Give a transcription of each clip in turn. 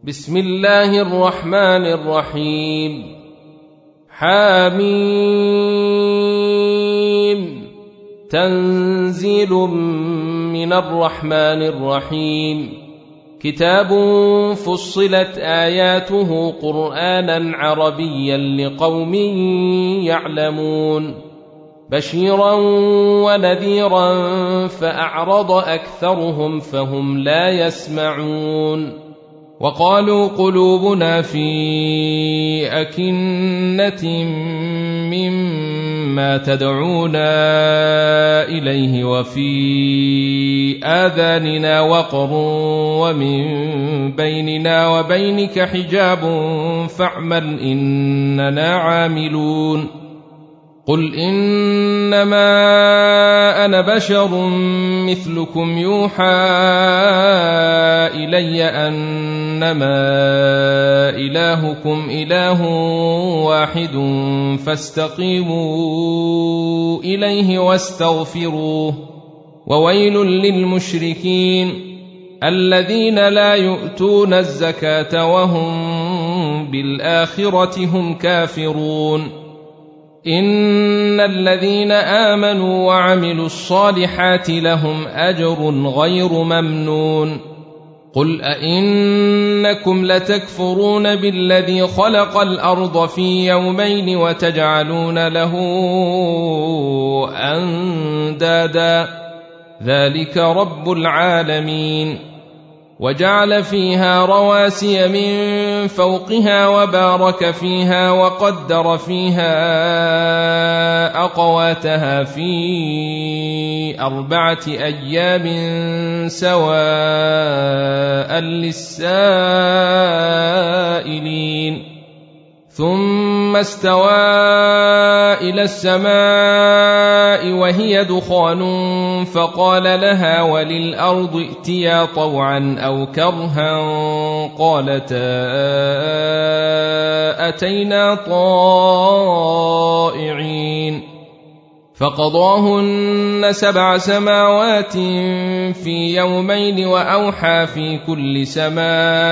بسم الله الرحمن الرحيم. حميم. تنزيل من الرحمن الرحيم. كتاب فصلت آياته قرآنا عربيا لقوم يعلمون بشيرا ونذيرا فأعرض أكثرهم فهم لا يسمعون. وقالوا قلوبنا في أكنة مما تدعونا إليه وفي آذاننا وقر ومن بيننا وبينك حجاب فاعمل إننا عاملون. قل إنما أنا بشر مثلكم يوحى إلي أنما إلهكم إله واحد فاستقيموا إليه واستغفروه. وويل للمشركين الذين لا يؤتون الزكاة وهم بالآخرة هم كافرون. إن الذين آمنوا وعملوا الصالحات لهم أجر غير ممنون. قل أئنكم لتكفرون بالذي خلق الأرض في يومين وتجعلون له أندادا ذلك رب العالمين. وجعل فيها رواسي من فوقها وبارك فيها وقدر فيها أقواتها في 4 أيام سواء للسائلين. ثم استوى إلى السماء وهي دخان فقال لها وللأرض ائتيا طوعا أو كرها قالتا أتينا طائعين. فقضاهن 7 سماوات في يومين وأوحى في كل سماء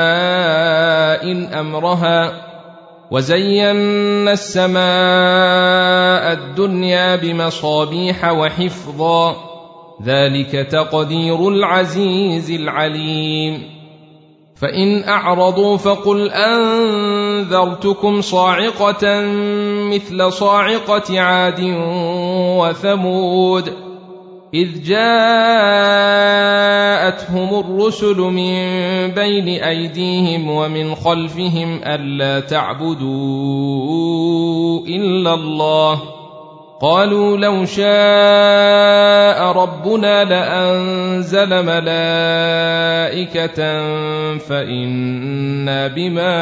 أمرها وزينا السماء الدنيا بمصابيح وحفظا ذلك تقدير العزيز العليم. فإن أعرضوا فقل أنذرتكم صاعقة مثل صاعقة عاد وثمود إذ جاءتهم الرسل من بين أيديهم ومن خلفهم ألا تعبدوا إلا الله قالوا لو شاء ربنا لأنزل ملائكة فإنا بما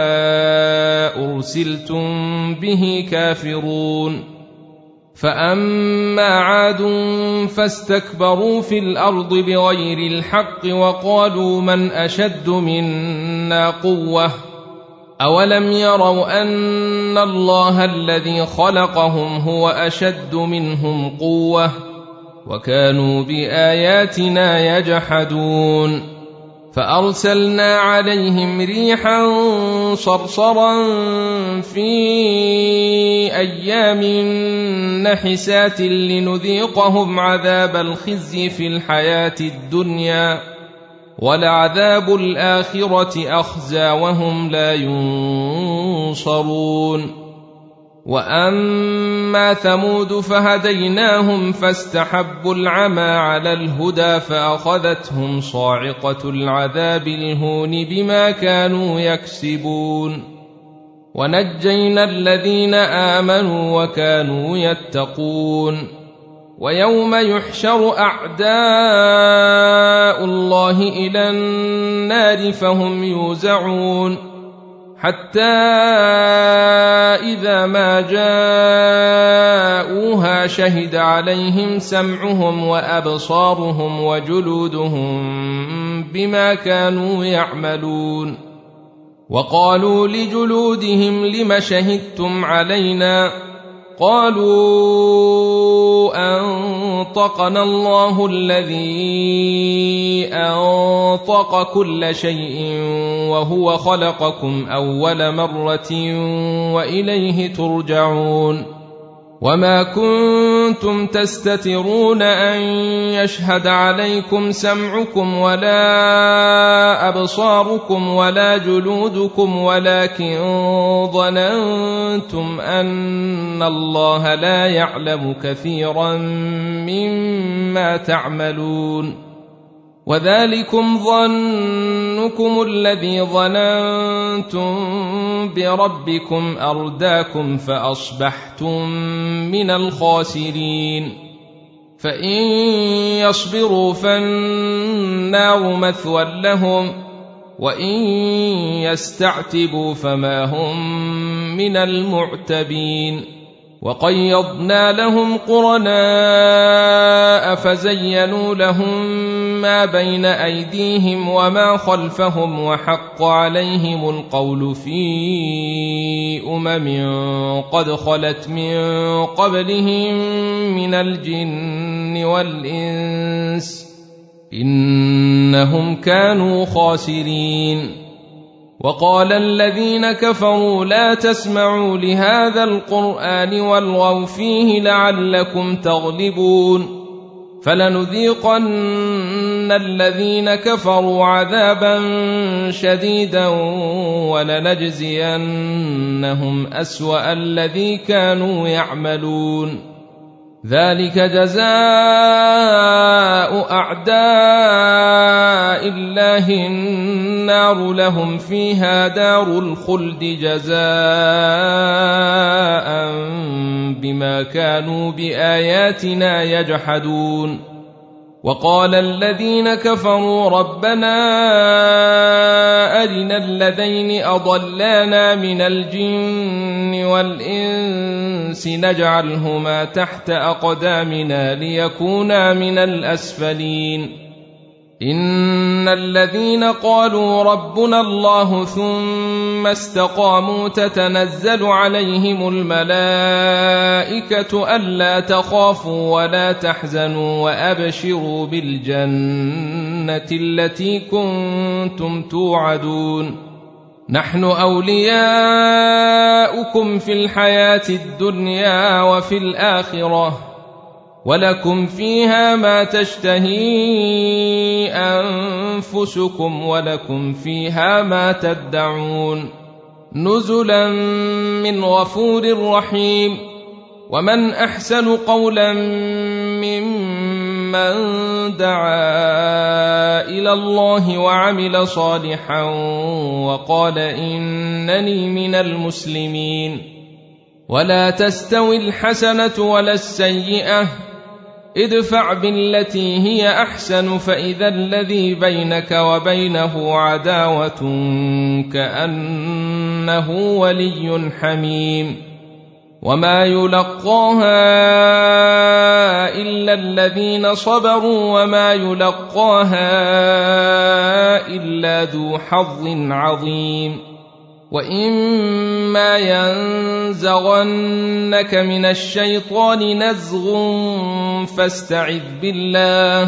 أرسلتم به كافرون. فأما عاد فاستكبروا في الأرض بغير الحق وقالوا من أشد منا قوة أولم يروا أن الله الذي خلقهم هو أشد منهم قوة وكانوا بآياتنا يجحدون. فأرسلنا عليهم ريحا صرصرا في أيام نحسات لنذيقهم عذاب الخزي في الحياة الدنيا ولعذاب الآخرة أخزى وهم لا ينصرون. وأما ثمود فهديناهم فاستحبوا العمى على الهدى فأخذتهم صاعقة العذاب الهون بما كانوا يكسبون. ونجينا الذين آمنوا وكانوا يتقون. ويوم يحشر أعداء الله إلى النار فهم يوزعون حتى إذا ما جاءوها شهد عليهم سمعهم وأبصارهم وجلودهم بما كانوا يعملون. وقالوا لجلودهم لم شهدتم علينا قالوا أنطقنا الله الذي أنطق كل شيء وهو خلقكم أول مرة وإليه ترجعون وما كنتم تستترون أن يشهد عليكم سمعكم ولا أبصاركم ولا جلودكم ولكن ظننتم أن الله لا يعلم كثيرا مما تعملون وذلكم ظنكم الذي ظننتم بربكم أرداكم فأصبحتم من الخاسرين فإن يصبروا فالنار مثوى لهم وإن يستعتبوا فما هم من المعتبين وقيضنا لهم قرناء فزينوا لهم ما بين أيديهم وما خلفهم وحق عليهم القول في قد خلت من قبلهم من الجن والإنس إنهم كانوا خاسرين وقال الذين كفروا لا تسمعوا لهذا القرآن والغوا فيه لعلكم تغلبون فلنذيقن الذين كفروا عذابا شديدا ولنجزينهم أسوأ الذي كانوا يعملون ذلك جزاء أعداء الله النار لهم فيها دار الخلد جزاء بما كانوا بآياتنا يجحدون وقال الذين كفروا ربنا أرنا الذين أضلانا من الجن والإنس نجعلهما تحت أقدامنا ليكونا من الأسفلين إن الذين قالوا ربنا الله ثم استقاموا تتنزل عليهم الملائكة ألا تخافوا ولا تحزنوا وأبشروا بالجنة التي كنتم توعدون نحن أولياؤكم في الحياة الدنيا وفي الآخرة ولكم فيها ما تشتهي أنفسكم ولكم فيها ما تدعون نزلا من غفور رحيم ومن أحسن قولا ممن دعا إلى الله وعمل صالحا وقال إنني من المسلمين ولا تستوي الحسنة ولا السيئة ادفع بالتي هي أحسن فإذا الذي بينك وبينه عداوة كأنه ولي حميم وما يلقاها إلا الذين صبروا وما يلقاها إلا ذو حظ عظيم وإما ينزغنك من الشيطان نزغ فاستعذ بالله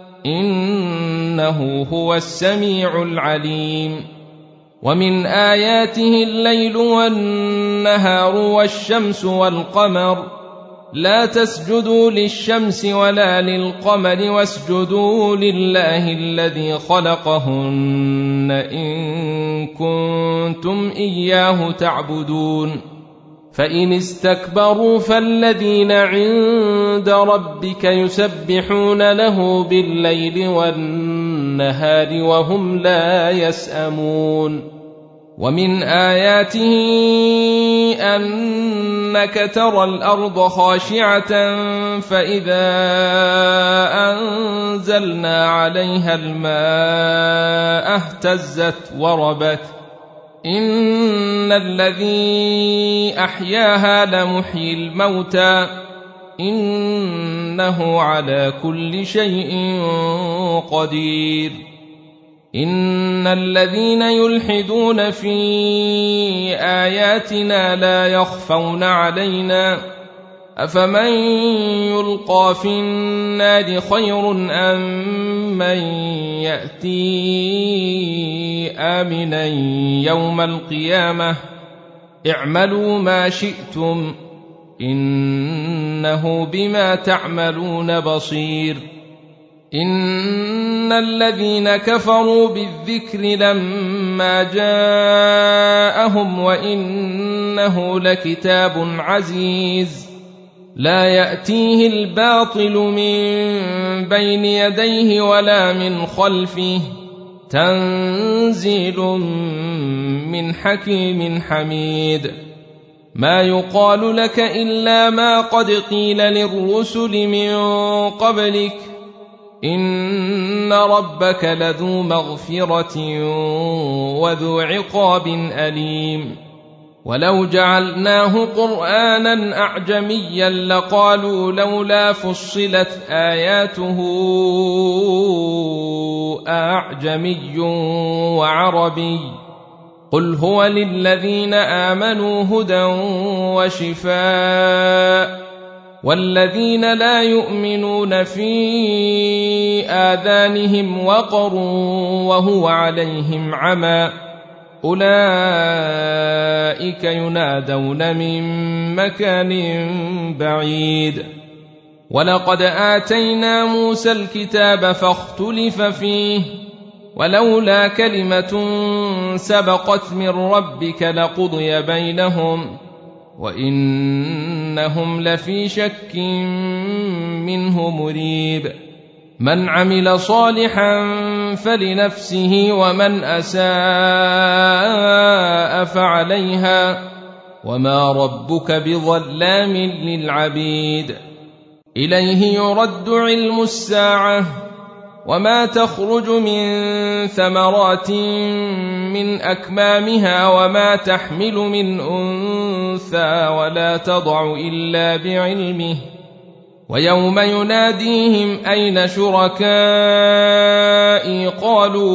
إنه هو السميع العليم ومن آياته الليل والنهار والشمس والقمر لا تسجدوا للشمس ولا للقمر واسجدوا لله الذي خلقهن إن كنتم إياه تعبدون فإن استكبروا فالذين عند ربك يسبحون له بالليل والنهار وهم لا يسأمون ومن آياته أنك ترى الأرض خاشعة فإذا أنزلنا عليها الماء اهتزت وربت إن الذي أحياها لمحيي الموتى إنه على كل شيء قدير إن الذين يلحدون في آياتنا لا يخفون علينا أفمن يلقى في النار خير أم من يأتي آمنا يوم القيامة اعملوا ما شئتم إنه بما تعملون بصير إن الذين كفروا بالذكر لما جاءهم وإنه لكتاب عزيز لا يأتيه الباطل من بين يديه ولا من خلفه تنزيل من حكيم حميد ما يقال لك إلا ما قد قيل للرسل من قبلك إن ربك لذو مغفرة وذو عقاب أليم ولو جعلناه قرآنا أعجميا لقالوا لولا فصلت آياته أعجمي وعربي قل هو للذين آمنوا هدى وشفاء والذين لا يؤمنون في آذانهم وقر وهو عليهم عمى أولئك ينادون من مكان بعيد ولقد آتينا موسى الكتاب فاختلف فيه ولولا كلمة سبقت من ربك لقضي بينهم وإنهم لفي شك منه مريب من عمل صالحا فلنفسه ومن أساء فعليها وما ربك بظلام للعبيد إليه يرد علم الساعة وما تخرج من ثمرات من أكمامها وما تحمل من أنثى ولا تضع إلا بعلمه ويوم يناديهم أين شركائي قالوا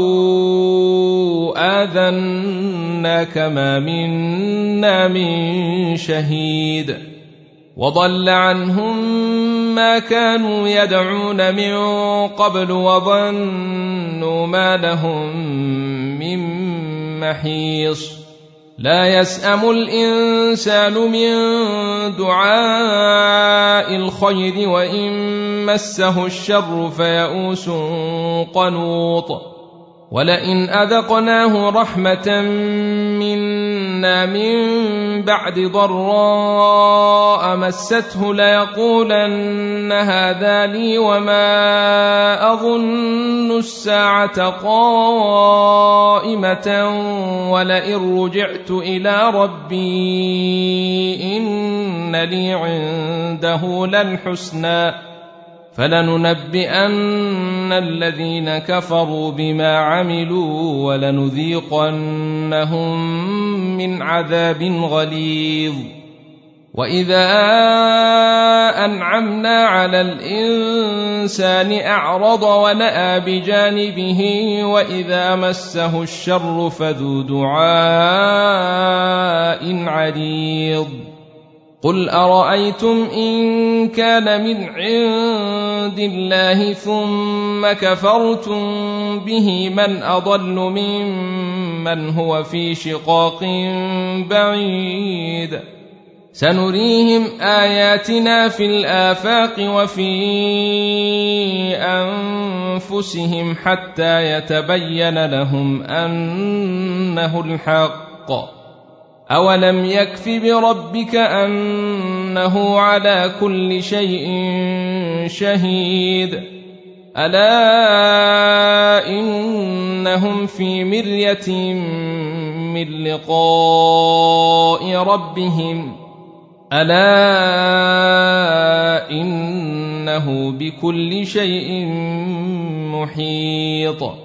آذناك ما منا من شهيد وضل عنهم ما كانوا يدعون من قبل وظنوا ما لهم من محيص لا يسأم الإنسان من دعاء الخير وإن مسه الشر فيئوس قنوط ولئن أذقناه رحمة منا من بعد ضراء مسته ليقولن هذا لي وما أظن الساعة قائمة ولئن رجعت إلى ربي إن لي عنده للحسنى فلننبئن الذين كفروا بما عملوا ولنذيقنهم من عذاب غليظ وإذا أنعمنا على الإنسان أعرض ونأى بجانبه وإذا مسه الشر فذو دعاء عريض قل أرأيتم إن كان من عند الله ثم كفرتم به من أضل ممن هو في شقاق بعيد سنريهم آياتنا في الآفاق وفي أنفسهم حتى يتبين لهم أنه الحق أولم يكف بربك أنه على كل شيء شهيد ألا إنهم في مرية من لقاء ربهم ألا إنه بكل شيء محيط